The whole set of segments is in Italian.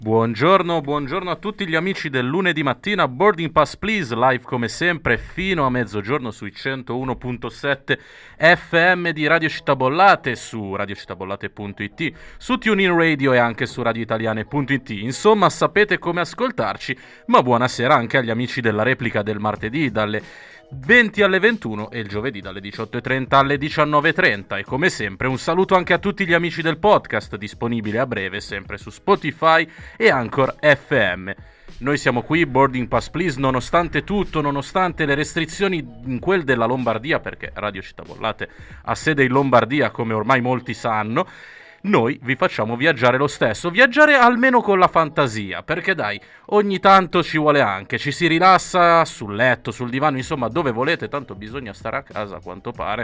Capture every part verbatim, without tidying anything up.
Buongiorno, buongiorno a tutti gli amici del lunedì mattina, Boarding Pass Please, live come sempre fino a mezzogiorno sui centouno virgola sette F M di Radio Città Bollate, su radiocittabollate punto it, su TuneIn Radio e anche su radioitaliane punto it. Insomma, sapete come ascoltarci, ma buonasera anche agli amici della replica del martedì dalle venti alle ventuno e il giovedì dalle diciotto e trenta alle diciannove e trenta. E come sempre un saluto anche a tutti gli amici del podcast, disponibile a breve sempre su Spotify e Anchor F M. Noi siamo qui, Boarding Pass Please, nonostante tutto, nonostante le restrizioni in quel della Lombardia, perché Radio Città Bollate ha sede in Lombardia, come ormai molti sanno. Noi vi facciamo viaggiare lo stesso, viaggiare almeno con la fantasia, perché dai, ogni tanto ci vuole anche, ci si rilassa sul letto, sul divano, insomma dove volete, tanto bisogna stare a casa a quanto pare.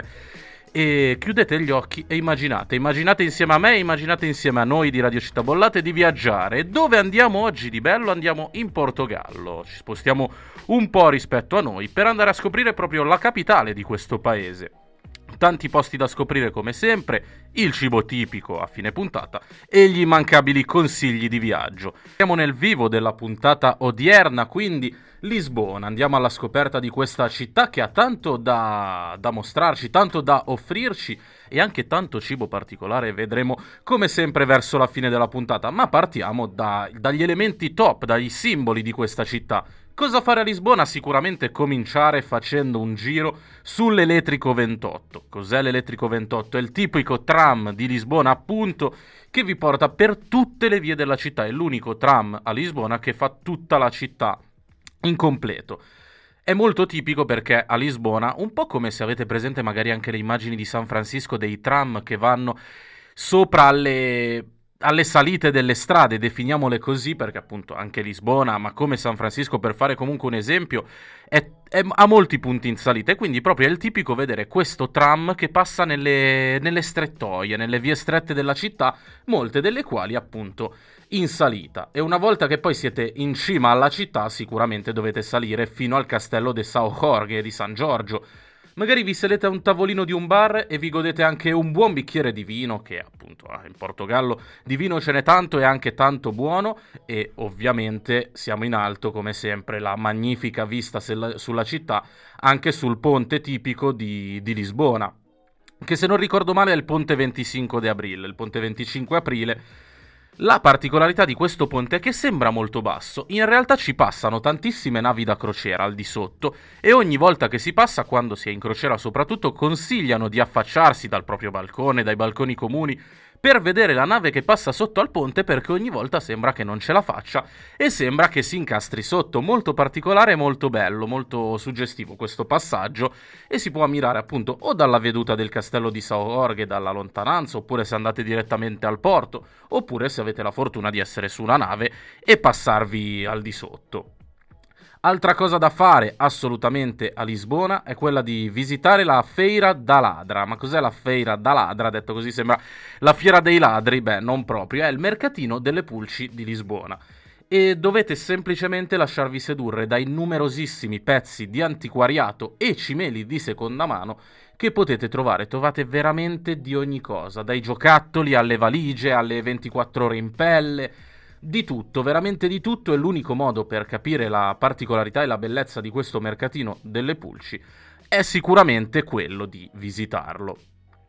E chiudete gli occhi e immaginate, immaginate insieme a me, immaginate insieme a noi di Radio Città Bollate di viaggiare. Dove andiamo oggi di bello? Andiamo in Portogallo, ci spostiamo un po' rispetto a noi per andare a scoprire proprio la capitale di questo paese. Tanti posti da scoprire come sempre, il cibo tipico a fine puntata e gli immancabili consigli di viaggio. Siamo nel vivo della puntata odierna, quindi Lisbona. Andiamo alla scoperta di questa città che ha tanto da, da mostrarci, tanto da offrirci e anche tanto cibo particolare, vedremo come sempre verso la fine della puntata. Ma partiamo da, dagli elementi top, dai simboli di questa città. Cosa fare a Lisbona? Sicuramente cominciare facendo un giro sull'Elétrico ventotto. Cos'è l'Elétrico ventotto? È il tipico tram di Lisbona, appunto, che vi porta per tutte le vie della città. È l'unico tram a Lisbona che fa tutta la città in completo. È molto tipico perché a Lisbona, un po' come se avete presente magari anche le immagini di San Francisco dei tram che vanno sopra alle... alle salite delle strade, definiamole così, perché appunto anche Lisbona, ma come San Francisco per fare comunque un esempio, è, è, ha molti punti in salita, e quindi proprio è il tipico vedere questo tram che passa nelle, nelle strettoie, nelle vie strette della città, molte delle quali appunto in salita. E una volta che poi siete in cima alla città, sicuramente dovete salire fino al castello de São Jorge di San Giorgio. Magari vi sedete a un tavolino di un bar e vi godete anche un buon bicchiere di vino, che appunto in Portogallo di vino ce n'è tanto e anche tanto buono, e ovviamente siamo in alto come sempre, la magnifica vista sulla città, anche sul ponte tipico di, di Lisbona, che se non ricordo male è il ponte venticinque de Abril, il ponte venticinque aprile. La particolarità di questo ponte è che sembra molto basso, in realtà ci passano tantissime navi da crociera al di sotto e ogni volta che si passa, quando si è in crociera soprattutto, consigliano di affacciarsi dal proprio balcone, dai balconi comuni, per vedere la nave che passa sotto al ponte, perché ogni volta sembra che non ce la faccia e sembra che si incastri sotto. Molto particolare, molto bello, molto suggestivo questo passaggio, e si può ammirare appunto o dalla veduta del castello di São Jorge dalla lontananza, oppure se andate direttamente al porto, oppure se avete la fortuna di essere su una nave e passarvi al di sotto. Altra cosa da fare assolutamente a Lisbona è quella di visitare la Feira da Ladra. Ma cos'è la Feira da Ladra? Detto così sembra la fiera dei ladri. Beh, non proprio, è il mercatino delle pulci di Lisbona. E dovete semplicemente lasciarvi sedurre dai numerosissimi pezzi di antiquariato e cimeli di seconda mano che potete trovare. Trovate veramente di ogni cosa, dai giocattoli alle valigie, alle ventiquattro ore in pelle, di tutto, veramente di tutto. E l'unico modo per capire la particolarità e la bellezza di questo mercatino delle pulci è sicuramente quello di visitarlo.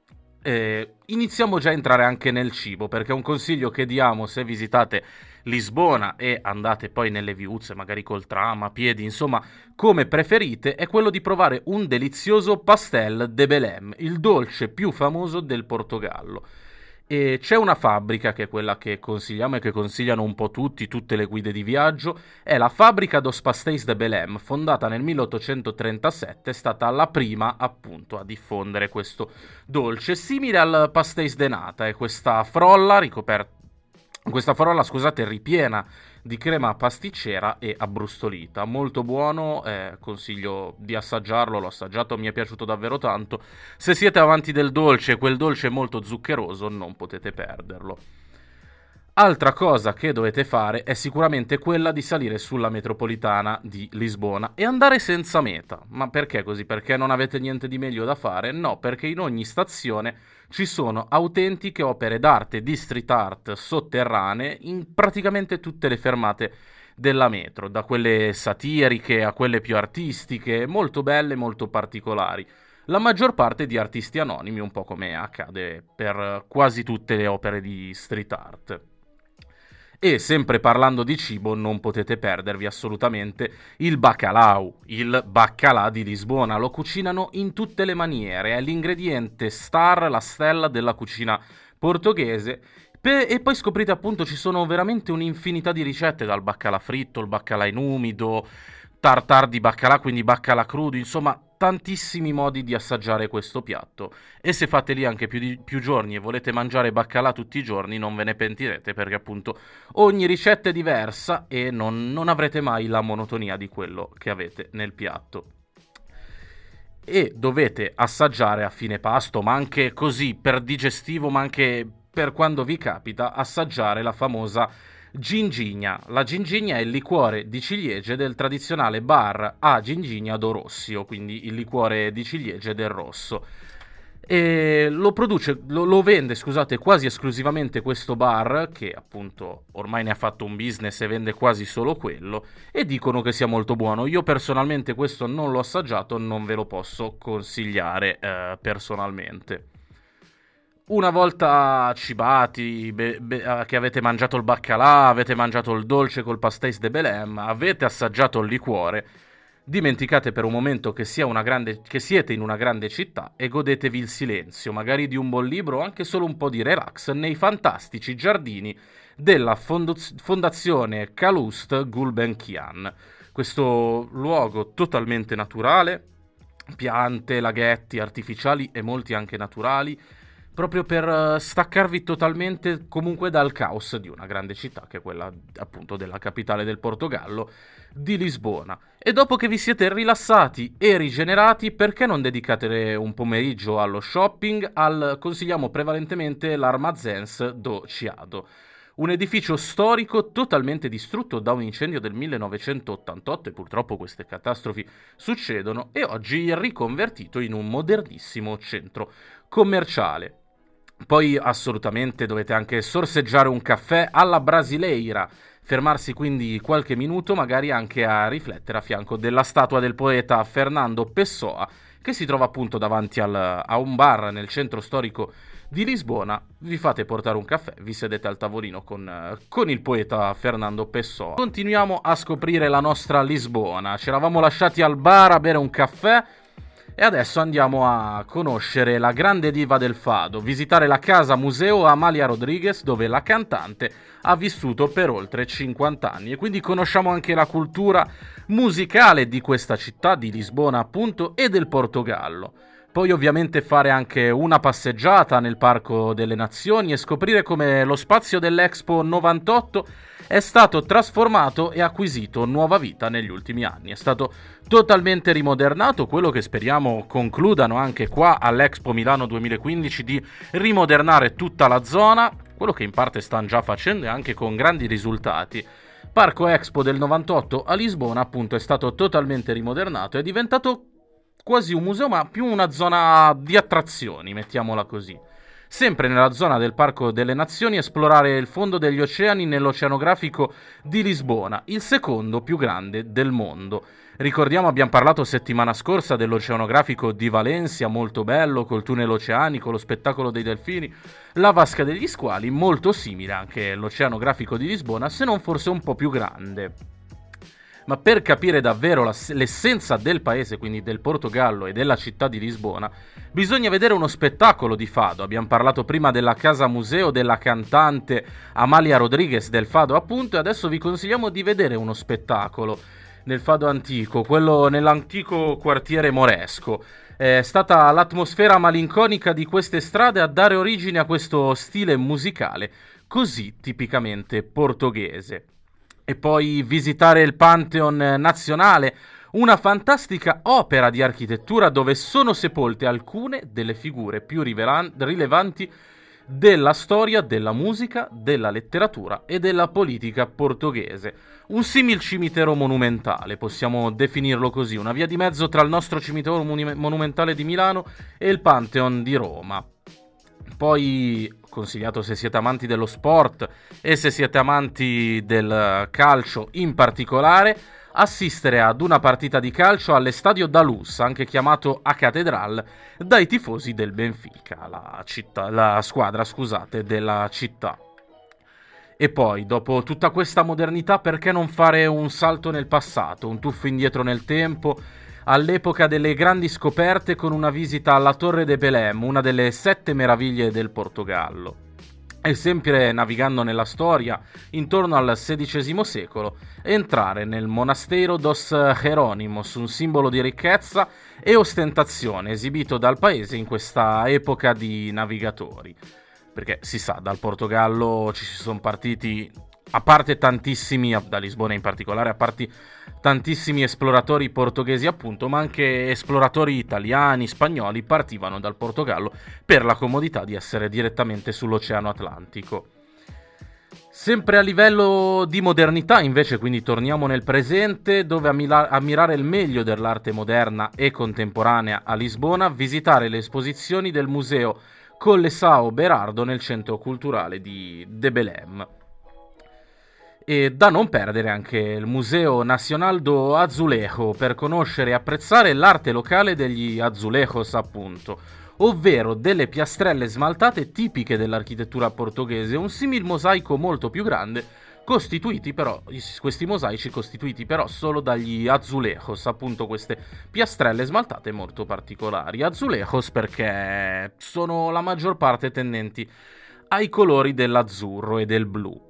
Eh, iniziamo già a entrare anche nel cibo, perché un consiglio che diamo se visitate Lisbona e andate poi nelle viuzze, magari col tram, a piedi, insomma come preferite, è quello di provare un delizioso pastel de Belém, il dolce più famoso del Portogallo. E c'è una fabbrica che è quella che consigliamo e che consigliano un po' tutti, tutte le guide di viaggio, è la Fábrica dos Pastéis de Belém, fondata nel milleottocentotrentasette, è stata la prima appunto a diffondere questo dolce, simile al pastéis de nata, è questa frolla ricoperta, questa frolla scusate ripiena di crema pasticcera e abbrustolita, molto buono, eh, consiglio di assaggiarlo, l'ho assaggiato, mi è piaciuto davvero tanto. Se siete amanti del dolce, quel dolce molto zuccheroso, non potete perderlo. Altra cosa che dovete fare è sicuramente quella di salire sulla metropolitana di Lisbona e andare senza meta. Ma perché così? Perché non avete niente di meglio da fare? No, perché in ogni stazione ci sono autentiche opere d'arte di street art sotterranee in praticamente tutte le fermate della metro, da quelle satiriche a quelle più artistiche, molto belle, molto particolari. La maggior parte di artisti anonimi, un po' come accade per quasi tutte le opere di street art. E sempre parlando di cibo, non potete perdervi assolutamente il bacalhau, il baccalà di Lisbona. Lo cucinano in tutte le maniere, è l'ingrediente star, la stella della cucina portoghese. Pe- e poi scoprite appunto ci sono veramente un'infinità di ricette, dal baccalà fritto, il baccalà in umido, tartar di baccalà, quindi baccalà crudo, insomma tantissimi modi di assaggiare questo piatto. E se fate lì anche più, di, più giorni e volete mangiare baccalà tutti i giorni, non ve ne pentirete, perché appunto ogni ricetta è diversa e non, non avrete mai la monotonia di quello che avete nel piatto. E dovete assaggiare a fine pasto, ma anche così per digestivo, ma anche per quando vi capita, assaggiare la famosa gingigna. La gingigna è il liquore di ciliegie del tradizionale bar a Gingigna do Rossio, quindi il liquore di ciliegie del rosso. E lo produce, lo, lo vende, scusate, quasi esclusivamente questo bar, che appunto ormai ne ha fatto un business e vende quasi solo quello, e dicono che sia molto buono. Io personalmente questo non l'ho assaggiato, non ve lo posso consigliare eh, personalmente. Una volta cibati, be- be- che avete mangiato il baccalà, avete mangiato il dolce col pastéis de Belém, avete assaggiato il liquore, dimenticate per un momento che, sia una grande, che siete in una grande città e godetevi il silenzio, magari di un buon libro o anche solo un po' di relax nei fantastici giardini della Fondo- Fondazione Calouste Gulbenkian. Questo luogo totalmente naturale, piante, laghetti artificiali e molti anche naturali, proprio per staccarvi totalmente comunque dal caos di una grande città, che è quella appunto della capitale del Portogallo, di Lisbona. E dopo che vi siete rilassati e rigenerati, perché non dedicate un pomeriggio allo shopping? Al, consigliamo prevalentemente l'Armazéns do Chiado, un edificio storico totalmente distrutto da un incendio del millenovecentottantotto, e purtroppo queste catastrofi succedono, e oggi riconvertito in un modernissimo centro commerciale. Poi assolutamente dovete anche sorseggiare un caffè alla brasileira, fermarsi quindi qualche minuto magari anche a riflettere a fianco della statua del poeta Fernando Pessoa, che si trova appunto davanti al, a un bar nel centro storico di Lisbona. Vi fate portare un caffè, vi sedete al tavolino con, con il poeta Fernando Pessoa. Continuiamo a scoprire la nostra Lisbona. Ci eravamo lasciati al bar a bere un caffè e adesso andiamo a conoscere la grande diva del fado, visitare la casa museo Amália Rodrigues, dove la cantante ha vissuto per oltre cinquanta anni, e quindi conosciamo anche la cultura musicale di questa città, di Lisbona appunto, e del Portogallo. Poi ovviamente fare anche una passeggiata nel Parco delle Nazioni e scoprire come lo spazio dell'Expo novantotto è stato trasformato e acquisito nuova vita negli ultimi anni. È stato totalmente rimodernato, quello che speriamo concludano anche qua all'Expo Milano duemilaquindici, di rimodernare tutta la zona, quello che in parte stanno già facendo e anche con grandi risultati. Parco Expo del novantotto a Lisbona appunto è stato totalmente rimodernato, è diventato quasi un museo, ma più una zona di attrazioni, mettiamola così. Sempre nella zona del Parco delle Nazioni, esplorare il fondo degli oceani nell'Oceanografico di Lisbona, il secondo più grande del mondo. Ricordiamo, abbiamo parlato settimana scorsa dell'Oceanografico di Valencia, molto bello, col tunnel oceanico, lo spettacolo dei delfini, la vasca degli squali, molto simile anche all'Oceanografico di Lisbona, se non forse un po' più grande. Ma per capire davvero la, l'essenza del paese, quindi del Portogallo e della città di Lisbona, bisogna vedere uno spettacolo di fado. Abbiamo parlato prima della casa museo della cantante Amália Rodrigues del fado appunto, e adesso vi consigliamo di vedere uno spettacolo nel fado antico, quello nell'antico quartiere moresco. È stata l'atmosfera malinconica di queste strade a dare origine a questo stile musicale così tipicamente portoghese. E poi visitare il Pantheon nazionale, una fantastica opera di architettura dove sono sepolte alcune delle figure più rivelan- rilevanti della storia, della musica, della letteratura e della politica portoghese. Un simil cimitero monumentale, possiamo definirlo così, una via di mezzo tra il nostro cimitero moni- monumentale di Milano e il Pantheon di Roma. Poi, consigliato se siete amanti dello sport e se siete amanti del calcio in particolare, assistere ad una partita di calcio all'Estadio da Luz, anche chiamato a Catedral, dai tifosi del Benfica, la, città, la squadra, scusate, della città. E poi, dopo tutta questa modernità, perché non fare un salto nel passato, un tuffo indietro nel tempo, all'epoca delle grandi scoperte con una visita alla Torre de Belém, una delle sette meraviglie del Portogallo. E sempre navigando nella storia, intorno al sedicesimo secolo, entrare nel Monastero dos Jerónimos, un simbolo di ricchezza e ostentazione esibito dal paese in questa epoca di navigatori. Perché si sa, dal Portogallo ci sono partiti, a parte tantissimi, da Lisbona in particolare, a parte tantissimi esploratori portoghesi appunto, ma anche esploratori italiani, spagnoli partivano dal Portogallo per la comodità di essere direttamente sull'Oceano Atlantico. Sempre a livello di modernità invece, quindi torniamo nel presente, dove ammirare il meglio dell'arte moderna e contemporanea a Lisbona, visitare le esposizioni del museo Coleção Berardo nel centro culturale di De Belém. E da non perdere anche il Museo Nacional do Azulejo per conoscere e apprezzare l'arte locale degli azulejos appunto, ovvero delle piastrelle smaltate tipiche dell'architettura portoghese, un simil mosaico molto più grande, costituiti però, questi mosaici costituiti però solo dagli azulejos, appunto queste piastrelle smaltate molto particolari. Azulejos perché sono la maggior parte tendenti ai colori dell'azzurro e del blu.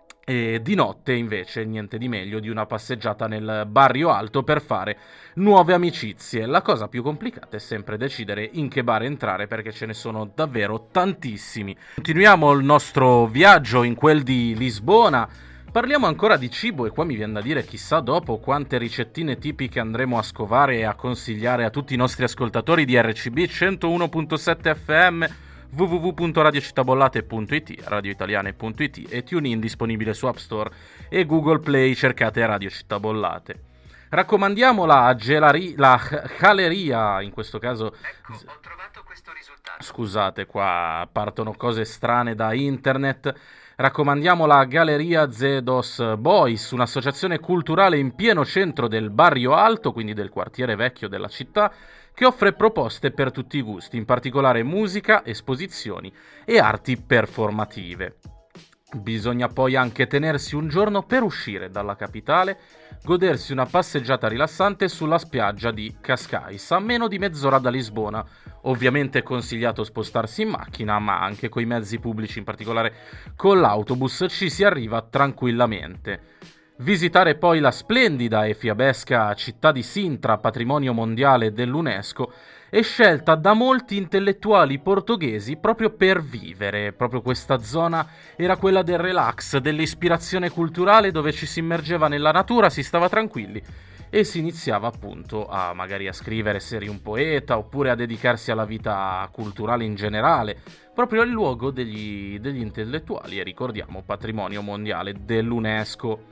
E di notte invece niente di meglio di una passeggiata nel Barrio Alto per fare nuove amicizie. La cosa più complicata è sempre decidere in che bar entrare perché ce ne sono davvero tantissimi. Continuiamo il nostro viaggio in quel di Lisbona. Parliamo ancora di cibo e qua mi viene da dire chissà dopo quante ricettine tipiche andremo a scovare e a consigliare a tutti i nostri ascoltatori di R C B centouno virgola sette F M, w w w punto radiocittabollate punto i t, radioitaliane punto i t e TuneIn disponibile su App Store e Google Play, cercate Radio Città Bollate. Raccomandiamo la gelari, la Galeria, in questo caso. Ecco, ho trovato questo risultato. Scusate, qua partono cose strane da internet. Raccomandiamo la Galleria Zé dos Bois, un'associazione culturale in pieno centro del Barrio Alto, quindi del quartiere vecchio della città, che offre proposte per tutti i gusti, in particolare musica, esposizioni e arti performative. Bisogna poi anche tenersi un giorno per uscire dalla capitale, godersi una passeggiata rilassante sulla spiaggia di Cascais, a meno di mezz'ora da Lisbona. Ovviamente è consigliato spostarsi in macchina, ma anche coi mezzi pubblici, in particolare con l'autobus, ci si arriva tranquillamente. Visitare poi la splendida e fiabesca città di Sintra, patrimonio mondiale dell'UNESCO, è scelta da molti intellettuali portoghesi proprio per vivere. Proprio questa zona era quella del relax, dell'ispirazione culturale, dove ci si immergeva nella natura, si stava tranquilli e si iniziava appunto a magari a scrivere se eri un poeta oppure a dedicarsi alla vita culturale in generale, proprio il luogo degli, degli intellettuali e ricordiamo patrimonio mondiale dell'UNESCO.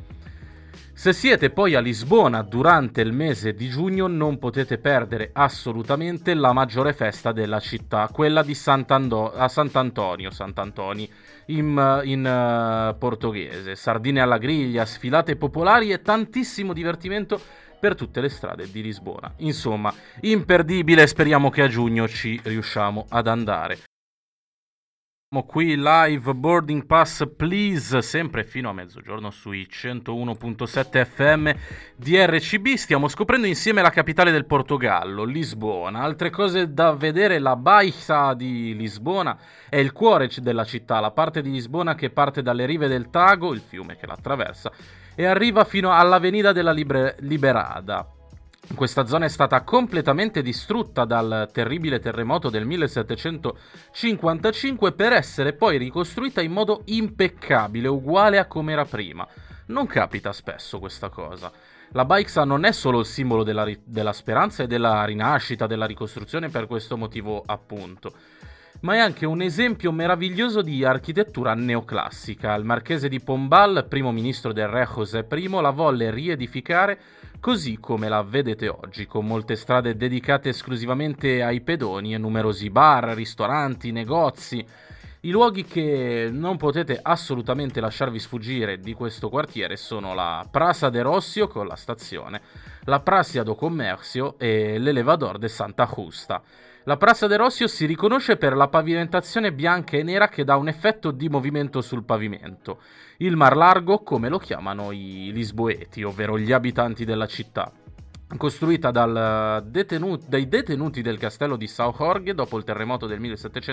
Se siete poi a Lisbona durante il mese di giugno non potete perdere assolutamente la maggiore festa della città, quella di Sant'Ando- a Sant'Antonio, Sant'Antoni in, in uh, portoghese. Sardine alla griglia, sfilate popolari e tantissimo divertimento per tutte le strade di Lisbona. Insomma, imperdibile, speriamo che a giugno ci riusciamo ad andare. Qui live boarding pass please, sempre fino a mezzogiorno sui centouno virgola sette F M di R C B. Stiamo scoprendo insieme la capitale del Portogallo, Lisbona. Altre cose da vedere: la Baía di Lisbona è il cuore della città, la parte di Lisbona che parte dalle rive del Tago, il fiume che la attraversa, e arriva fino all'Avenida della Libre- Liberada. Questa zona è stata completamente distrutta dal terribile terremoto del millesettecentocinquantacinque per essere poi ricostruita in modo impeccabile, uguale a come era prima. Non capita spesso questa cosa. La Baía non è solo il simbolo della, ri- della speranza e della rinascita, della ricostruzione per questo motivo appunto. ma è anche un esempio meraviglioso di architettura neoclassica. Il marchese di Pombal, primo ministro del re José I, la volle riedificare così come la vedete oggi, con molte strade dedicate esclusivamente ai pedoni e numerosi bar, ristoranti, negozi. I luoghi che non potete assolutamente lasciarvi sfuggire di questo quartiere sono la Praça de Rossio con la stazione, la Praça do Commercio e l'Elevador de Santa Justa. La Praça de Rossio si riconosce per la pavimentazione bianca e nera che dà un effetto di movimento sul pavimento. Il Mar Largo, come lo chiamano i lisboeti, ovvero gli abitanti della città. Costruita dal detenuti, dai detenuti del castello di São Jorge dopo il terremoto del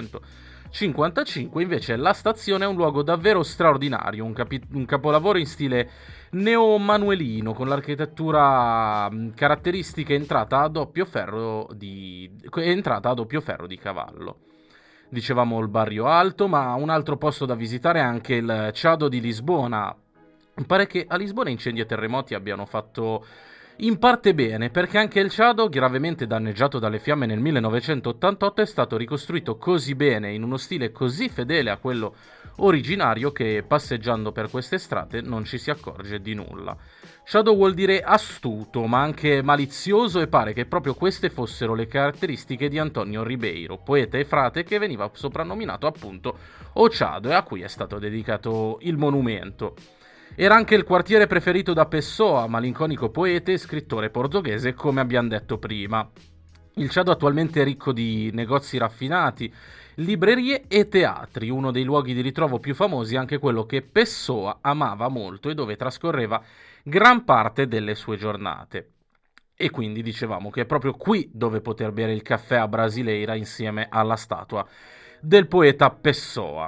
millesettecentocinquantacinque, invece la stazione è un luogo davvero straordinario, un, capi- un capolavoro in stile neomanuelino con l'architettura caratteristica entrata a doppio ferro di, entrata a doppio ferro di cavallo. Dicevamo il Barrio Alto, ma un altro posto da visitare è anche il Chado di Lisbona. Pare che a Lisbona incendi e terremoti abbiano fatto in parte bene, perché anche il Chado, gravemente danneggiato dalle fiamme nel millenovecentottantotto, è stato ricostruito così bene, in uno stile così fedele a quello originario, che passeggiando per queste strade non ci si accorge di nulla. Chado vuol dire astuto, ma anche malizioso, e pare che proprio queste fossero le caratteristiche di Antonio Ribeiro, poeta e frate che veniva soprannominato appunto O Chado e a cui è stato dedicato il monumento. Era anche il quartiere preferito da Pessoa, malinconico poeta e scrittore portoghese, come abbiamo detto prima. Il Chado attualmente è ricco di negozi raffinati, librerie e teatri, uno dei luoghi di ritrovo più famosi, anche quello che Pessoa amava molto e dove trascorreva gran parte delle sue giornate. E quindi dicevamo che è proprio qui dove poter bere il caffè a Brasileira insieme alla statua del poeta Pessoa.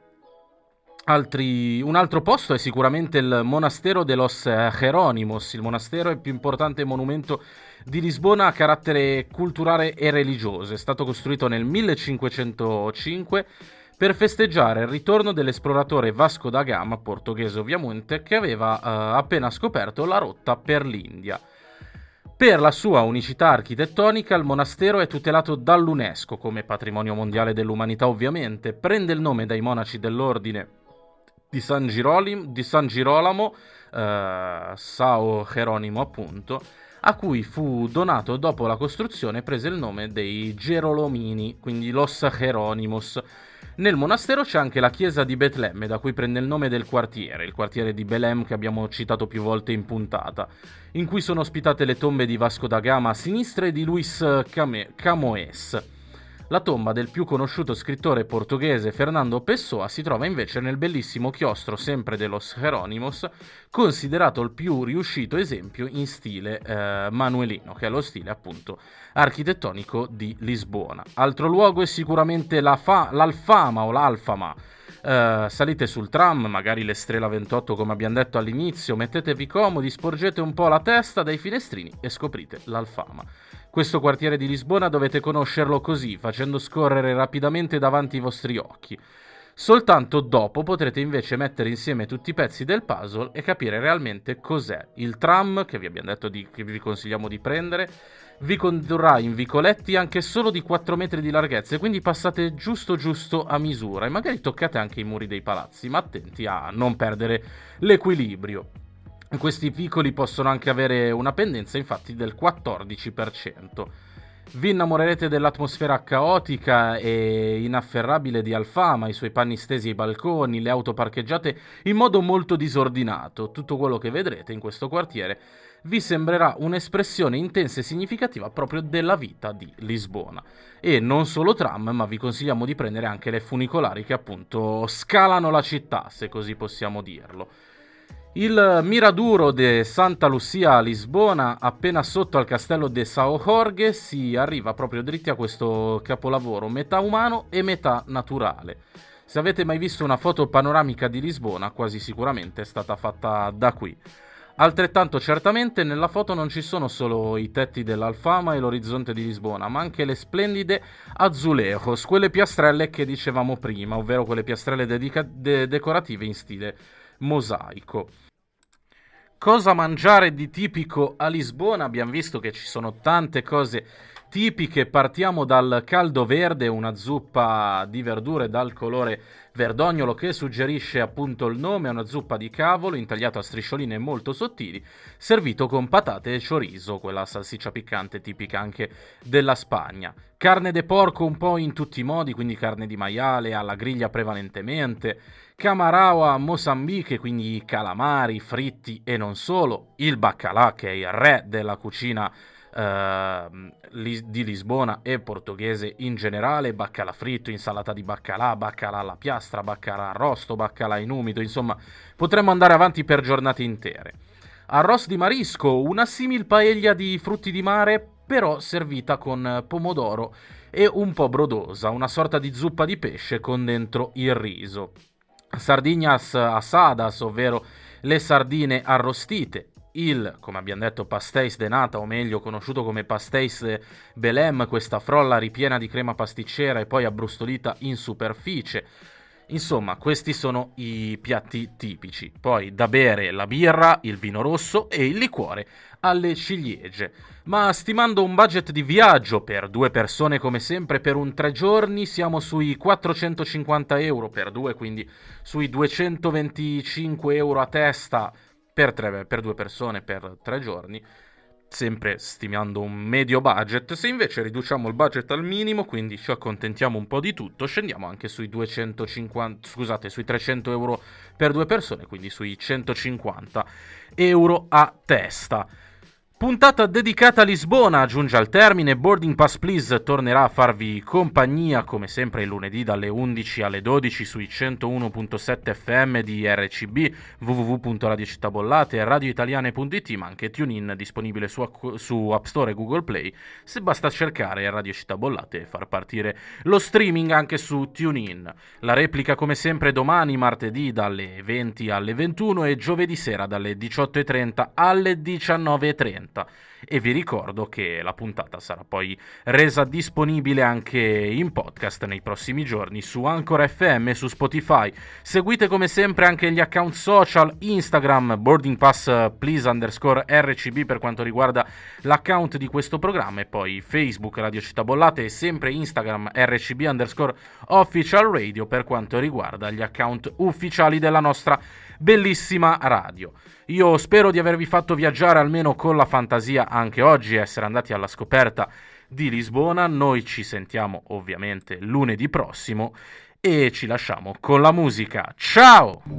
Altri, un altro posto è sicuramente il Monastero de los Jerónimos. Il monastero è il più importante monumento di Lisbona a carattere culturale e religioso. È stato costruito nel millecinquecentocinque per festeggiare il ritorno dell'esploratore Vasco da Gama, portoghese ovviamente, che aveva eh, appena scoperto la rotta per l'India. Per la sua unicità architettonica, il monastero è tutelato dall'UNESCO come patrimonio mondiale dell'umanità ovviamente. Prende il nome dai monaci dell'ordine di San, Girolim, di San Girolamo, eh, Sao Geronimo appunto, a cui fu donato dopo la costruzione, prese il nome dei Gerolomini, quindi Los Geronimos. Nel monastero c'è anche la chiesa di Betlemme, da cui prende il nome del quartiere, il quartiere di Belém che abbiamo citato più volte in puntata, in cui sono ospitate le tombe di Vasco da Gama a sinistra e di Luis Came- Camões. La tomba del più conosciuto scrittore portoghese Fernando Pessoa si trova invece nel bellissimo chiostro sempre de Los Jerónimos, considerato il più riuscito esempio in stile eh, manuelino, che è lo stile appunto architettonico di Lisbona. Altro luogo è sicuramente la fa- l'Alfama o l'Alfama. Uh, salite sul tram, magari l'Estrela ventotto come abbiamo detto all'inizio, mettetevi comodi, sporgete un po' la testa dai finestrini e scoprite l'Alfama. Questo quartiere di Lisbona dovete conoscerlo così, facendo scorrere rapidamente davanti i vostri occhi. Soltanto dopo potrete invece mettere insieme tutti i pezzi del puzzle e capire realmente cos'è. Il tram, che vi abbiamo detto di, che vi consigliamo di prendere, vi condurrà in vicoletti anche solo di quattro metri di larghezza, e quindi passate giusto giusto a misura e magari toccate anche i muri dei palazzi, ma attenti a non perdere l'equilibrio. Questi vicoli possono anche avere una pendenza infatti del quattordici per cento. Vi innamorerete dell'atmosfera caotica e inafferrabile di Alfama, i suoi panni stesi ai balconi, le auto parcheggiate in modo molto disordinato. Tutto quello che vedrete in questo quartiere vi sembrerà un'espressione intensa e significativa proprio della vita di Lisbona. E non solo tram, ma vi consigliamo di prendere anche le funicolari che appunto scalano la città, se così possiamo dirlo. Il Miraduro de Santa Lucia a Lisbona, appena sotto al castello de São Jorge, si arriva proprio dritti a questo capolavoro, metà umano e metà naturale. Se avete mai visto una foto panoramica di Lisbona, quasi sicuramente è stata fatta da qui. Altrettanto certamente nella foto non ci sono solo i tetti dell'Alfama e l'orizzonte di Lisbona, ma anche le splendide azulejos, quelle piastrelle che dicevamo prima, ovvero quelle piastrelle dedica- de- decorative in stile mosaico. Cosa mangiare di tipico a Lisbona? Abbiamo visto che ci sono tante cose tipiche. Partiamo dal caldo verde, una zuppa di verdure dal colore verdognolo che suggerisce appunto il nome, è una zuppa di cavolo intagliato a striscioline molto sottili, servito con patate e chorizo, quella salsiccia piccante tipica anche della Spagna. Carne de porco un po' in tutti i modi, quindi carne di maiale alla griglia prevalentemente, camarao a Mozambique, quindi calamari fritti e non solo, il baccalà che è il re della cucina Uh, di Lisbona e portoghese in generale, baccalà fritto, insalata di baccalà, baccalà alla piastra, baccalà arrosto, baccalà in umido, insomma potremmo andare avanti per giornate intere. Arroz di marisco, una simil paella di frutti di mare però servita con pomodoro e un po' brodosa, una sorta di zuppa di pesce con dentro il riso. Sardinas asadas, ovvero le sardine arrostite. Il, come abbiamo detto, pastéis de nata, o meglio conosciuto come pastéis de Belém, questa frolla ripiena di crema pasticcera e poi abbrustolita in superficie. Insomma, questi sono i piatti tipici. Poi da bere la birra, il vino rosso e il liquore alle ciliegie. Ma stimando un budget di viaggio per due persone come sempre per un tre giorni, siamo sui quattrocentocinquanta euro per due, quindi sui duecentoventicinque euro a testa per, tre, per due persone per tre giorni, sempre stimando un medio budget. Se invece riduciamo il budget al minimo, quindi ci accontentiamo un po' di tutto, scendiamo anche sui duecentocinquanta, scusate, sui trecento euro per due persone, quindi sui centocinquanta euro a testa. Puntata dedicata a Lisbona giunge al termine. Boarding Pass Please tornerà a farvi compagnia come sempre il lunedì dalle undici alle dodici sui centouno virgola sette F M di R C B, w w w punto radio città bollate e radioitaliane punto it, ma anche TuneIn disponibile su, su App Store e Google Play. Se basta cercare Radio Città Bollate e far partire lo streaming anche su TuneIn. La replica come sempre domani martedì dalle venti alle ventuno e giovedì sera dalle diciotto e trenta alle diciannove e trenta. E vi ricordo che la puntata sarà poi resa disponibile anche in podcast nei prossimi giorni su Anchor F M e su Spotify. Seguite come sempre anche gli account social Instagram Boarding Pass Please underscore R C B per quanto riguarda l'account di questo programma, e poi Facebook Radio Città Bollate e sempre Instagram R C B underscore Official Radio per quanto riguarda gli account ufficiali della nostra bellissima radio. Io spero di avervi fatto viaggiare almeno con la fantasia anche oggi, essere andati alla scoperta di Lisbona. Noi ci sentiamo ovviamente lunedì prossimo e ci lasciamo con la musica. Ciao!